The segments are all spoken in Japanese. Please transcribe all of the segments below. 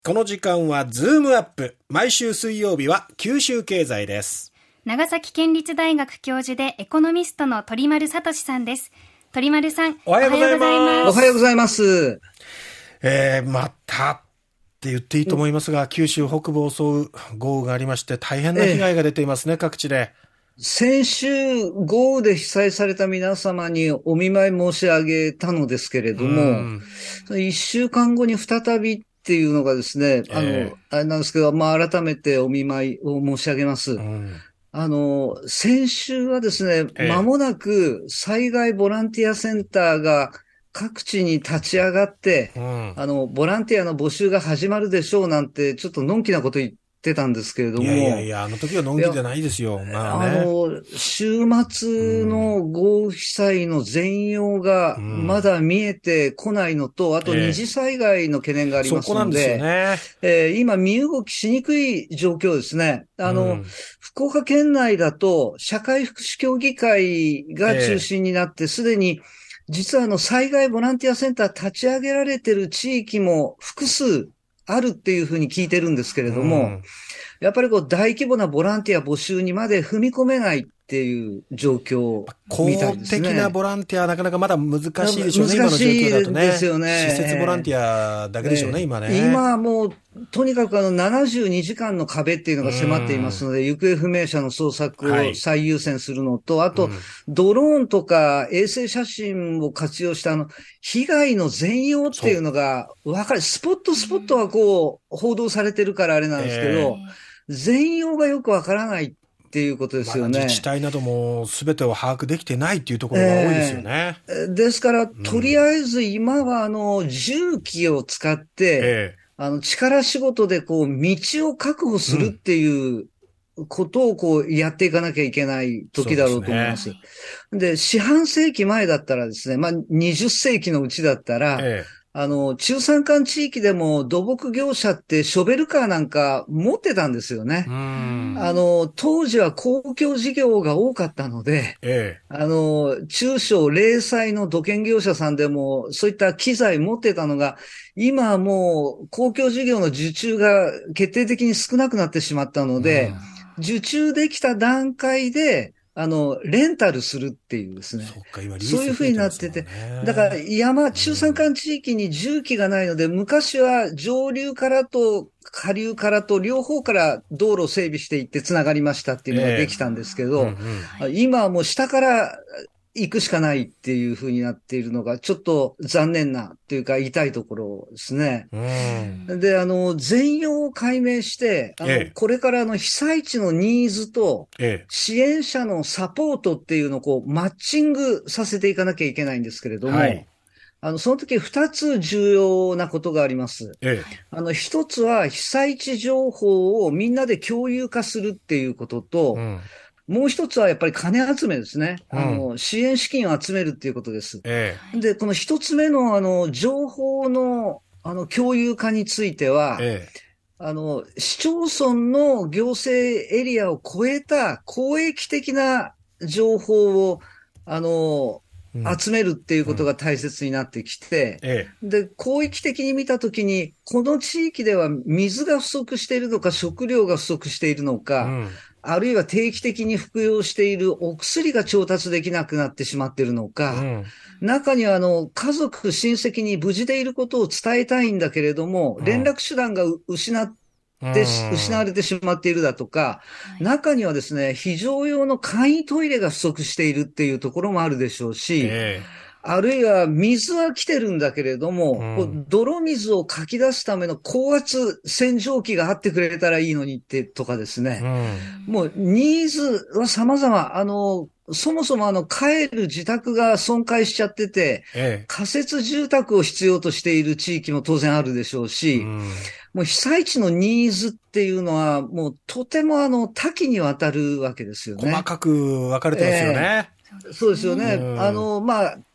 この時間はズームアップ。毎週水曜日は九州経済です。 長崎県立大学教授でエコノミストの鳥丸聡さんです。鳥丸さん、 おはようございます。 おはようございます。 またって言っていいと思いますが、九州北部を襲う豪雨がありまして大変な被害が出ていますね、各地で。 先週豪雨で被災された皆様にお見舞い申し上げたのですけれども、1週間後に再びっていうのがですね、あれなんですけど、改めてお見舞いを申し上げます。先週はですね、間もなく災害ボランティアセンターが各地に立ち上がって、ボランティアの募集が始まるでしょうなんて、ちょっとのんきなこと言ってたんですけれども。 いや、あの時はのんきじゃないですよ。 週末の豪雨被災の全容がまだ見えてこないのと、あと二次災害の懸念がありますので、 そこなんですよね。 今身動きしにくい状況ですね。福岡県内だと社会福祉協議会が中心になって、すでに実は災害ボランティアセンター立ち上げられている地域も複数あるっていうふうに聞いてるんですけれども、やっぱり大規模なボランティア募集にまで踏み込めないっていう状況みたいですね。 公的なボランティアはなかなかまだ難しいでしょうね、今の状況だとね。 ですよね。 施設ボランティアだけでしょうね、今ね。 今はもう、とにかく72時間の壁っていうのが迫っていますので、行方不明者の捜索を最優先するのと、あと、ドローンとか衛星写真を活用した被害の全容っていうのが分かる。スポットは報道されてるからあれなんですけど、全容がよくわからないっていうことですよね。 自治体なども全てを把握できてないっていうところが多いですよね。 ですから、とりあえず今は重機を使って、力仕事で道を確保するっていうことをやっていかなきゃいけない時だろうと思います。で、四半世紀前だったらですね、20世紀のうちだったら、中山間地域でも土木業者ってショベルカーなんか持ってたんですよね。当時は公共事業が多かったので、中小零細の土建業者さんでもそういった機材持ってたのが、今はもう公共事業の受注が決定的に少なくなってしまったので、受注できた段階で、レンタルするっていうですね。そういう風になってて、だから中山間地域に重機がないので、昔は上流からと下流からと両方から道路を整備していって繋がりましたっていうのができたんですけど、今はもう下から行くしかないっていう風になっているのが、ちょっと残念なっていうか痛いところですね。で、全容を解明して、これから被災地のニーズと、支援者のサポートっていうのをマッチングさせていかなきゃいけないんですけれども、その時2つ重要なことがあります。1つは被災地情報をみんなで共有化するっていうことと、もう一つはやっぱり金集めですね。支援資金を集めるっていうことです。で、この一つ目の情報の共有化については、市町村の行政エリアを超えた公益的な情報を、集めるっていうことが大切になってきて、で、広域的に見たときに、この地域では水が不足しているのか、食料が不足しているのか、あるいは定期的に服用しているお薬が調達できなくなってしまっているのか、中には家族、親戚に無事でいることを伝えたいんだけれども、連絡手段が失われてしまっているだとか、中にはですね、非常用の簡易トイレが不足しているっていうところもあるでしょうし、あるいは水は来てるんだけれども、泥水をかき出すための高圧洗浄機があってくれたらいいのにってとかですね。もうニーズは様々、そもそも帰る自宅が損壊しちゃってて、仮設住宅を必要としている地域も当然あるでしょうし、もう被災地のニーズっていうのはもうとても多岐にわたるわけですよね。 細かく分かれてますよね。 そうですよね。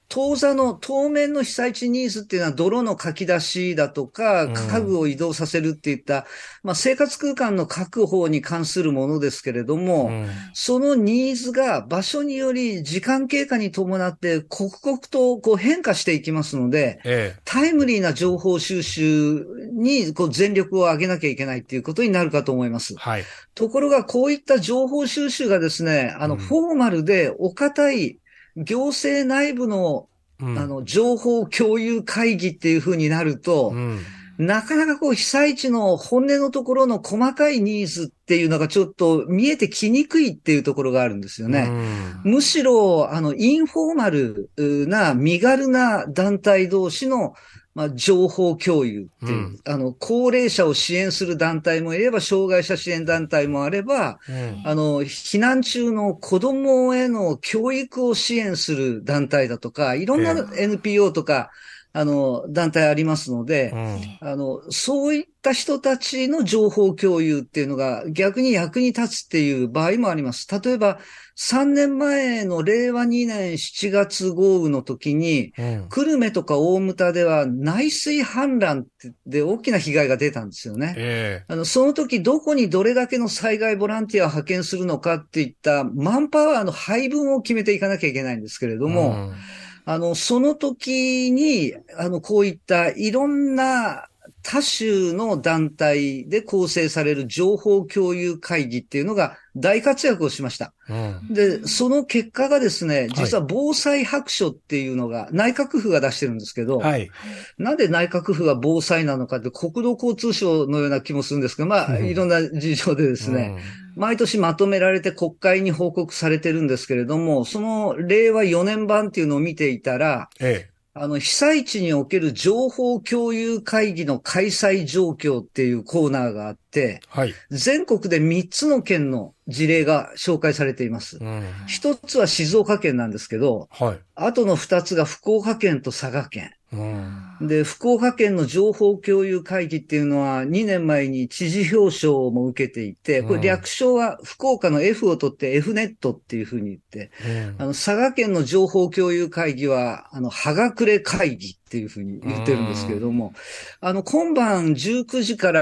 当面の被災地ニーズっていうのは泥のかき出しだとか、家具を移動させるっていった、生活空間の確保に関するものですけれども、そのニーズが場所により時間経過に伴って刻々とこう変化していきますので、タイムリーな情報収集にこう全力を挙げなきゃいけないっていうことになるかと思います。 はい。 ところがこういった情報収集がですね、フォーマルでお堅い行政内部の、情報共有会議っていう風になると、なかなかこう被災地の本音のところの細かいニーズっていうのがちょっと見えてきにくいっていうところがあるんですよね。むしろ、インフォーマルな身軽な団体同士の情報共有っていう、高齢者を支援する団体もいれば、障害者支援団体もあれば、避難中の子供への教育を支援する団体だとか、いろんな NPO とか、団体ありますので、そういった人たちの情報共有っていうのが逆に役に立つっていう場合もあります。例えば、3年前の令和2年7月豪雨の時に、久留米とか大牟田では内水氾濫で大きな被害が出たんですよね。その時どこにどれだけの災害ボランティアを派遣するのかっていったマンパワーの配分を決めていかなきゃいけないんですけれども、その時に、こういったいろんな多種の団体で構成される情報共有会議っていうのが大活躍をしました。で、その結果がですね、実は防災白書っていうのが内閣府が出してるんですけど、なんで内閣府が防災なのかって国土交通省のような気もするんですけど、いろんな事情でですね、毎年まとめられて国会に報告されてるんですけれども、その令和4年版っていうのを見ていたら、被災地における情報共有会議の開催状況っていうコーナーがあって、全国で3つの県の事例が紹介されています。1つは静岡県なんですけど、あとの2つが福岡県と佐賀県。で、福岡県の情報共有会議っていうのは2年前に知事表彰も受けていて、これ略称は福岡の F を取って F ネットっていうふうに言って、佐賀県の情報共有会議は、はがくれ会議っていうふうに言ってるんですけれども、今晩19時から、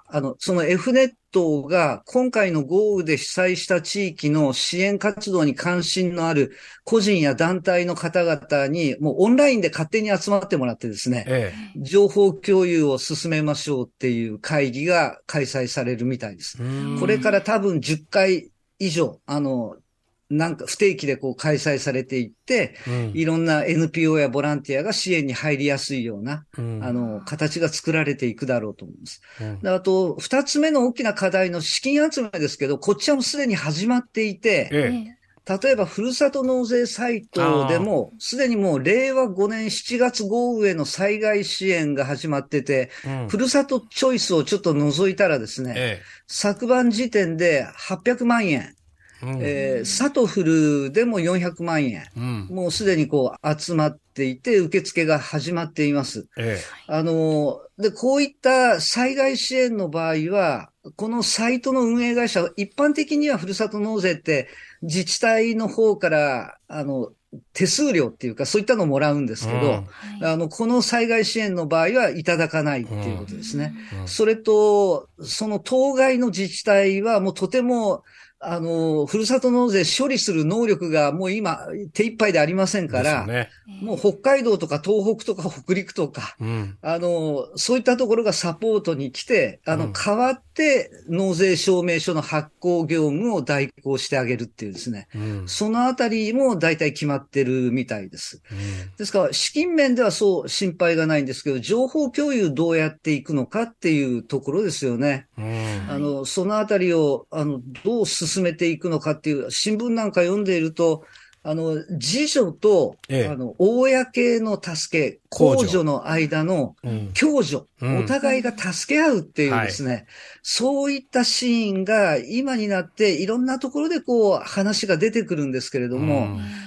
その F ネットが今回の豪雨で被災した地域の支援活動に関心のある個人や団体の方々にもうオンラインで勝手に集まってもらってですね、情報共有を進めましょうっていう会議が開催されるみたいです。これから多分10回以上、なんか不定期でこう開催されていって、いろんな NPO やボランティアが支援に入りやすいような、形が作られていくだろうと思います。あと、二つ目の大きな課題の資金集めですけど、こっちはもうすでに始まっていて、例えば、ふるさと納税サイトでも、すでにもう令和5年7月豪雨への災害支援が始まってて、ふるさとチョイスをちょっと除いたらですね、昨晩時点で800万円、サトフルでも400万円、もうすでにこう集まっていて、受付が始まっています。で、こういった災害支援の場合は、このサイトの運営会社、一般的にはふるさと納税って自治体の方から、手数料っていうかそういったのをもらうんですけど、この災害支援の場合はいただかないっていうことですね。それと、その当該の自治体はもうとてもふるさと納税処理する能力がもう今手一杯でありませんから、もう北海道とか東北とか北陸とか、そういったところがサポートに来て、代わって納税証明書の発行業務を代行してあげるっていうですね、そのあたりも大体決まってるみたいです。ですから、資金面ではそう心配がないんですけど、情報共有どうやっていくのかっていうところですよね。そのあたりを、どう進めていくのかっていう、新聞なんか読んでいると、自助と、公の助け、公助の間の共助、お互いが助け合うっていうですね、そういったシーンが今になっていろんなところでこう話が出てくるんですけれども、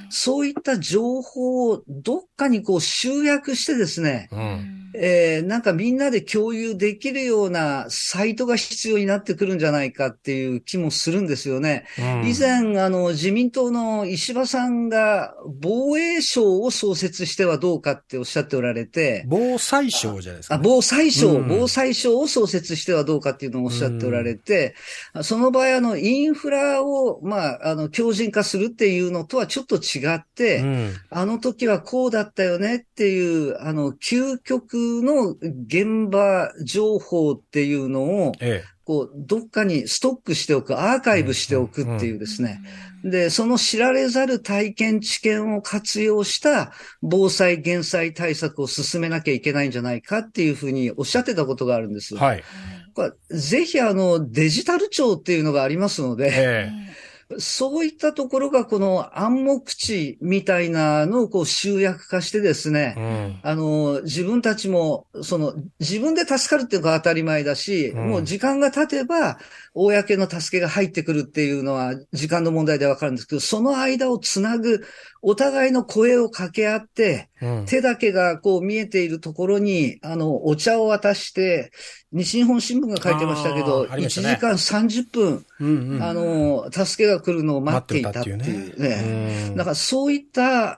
そういった情報をどっかにこう集約してですね、なんかみんなで共有できるようなサイトが必要になってくるんじゃないかっていう気もするんですよね。以前、自民党の石破さんが防衛省を創設してはどうかっておっしゃっておられて。 防災省じゃないですか、ね。 防災省を創設してはどうかっていうのをおっしゃっておられて、その場合、インフラを、強靭化するっていうのとはちょっと違って、あの時はこうだったよねっていう、究極の現場情報っていうのを、こう、どっかにストックしておく、アーカイブしておくっていうですね。で、その知られざる体験知見を活用した防災減災対策を進めなきゃいけないんじゃないかっていうふうにおっしゃってたことがあるんです。 はい。 これぜひデジタル庁っていうのがありますので、そういったところがこの暗黙知みたいなのをこう集約化してですね、自分たちも、自分で助かるっていうのが当たり前だし、もう時間が経てば、公の助けが入ってくるっていうのは時間の問題でわかるんですけど、その間をつなぐ、お互いの声を掛け合って、手だけがこう見えているところに、お茶を渡して、西日本新聞が書いてましたけど、1時間30分、助けが来るのを待っていたっていうね。だからそういった、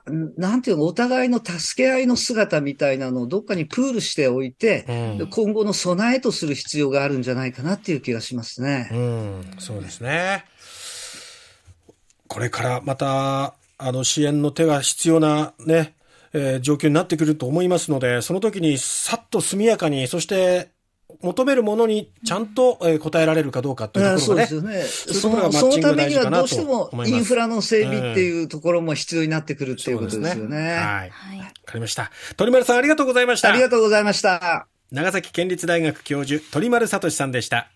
なんていうの、お互いの助け合いの姿みたいなのをどっかにプールしておいて、今後の備えとする必要があるんじゃないかなっていう気がしますね。 そうですね。これからまた、支援の手が必要なね、状況になってくると思いますので、その時にさっと速やかに、そして求めるものにちゃんと答えられるかどうかというところがね。 そうですよね。そのためにはどうしてもインフラの整備っていうところも必要になってくるっていうことですよね。 はい。わかりました。鳥丸さんありがとうございました。 ありがとうございました。 長崎県立大学教授鳥丸聡さんでした。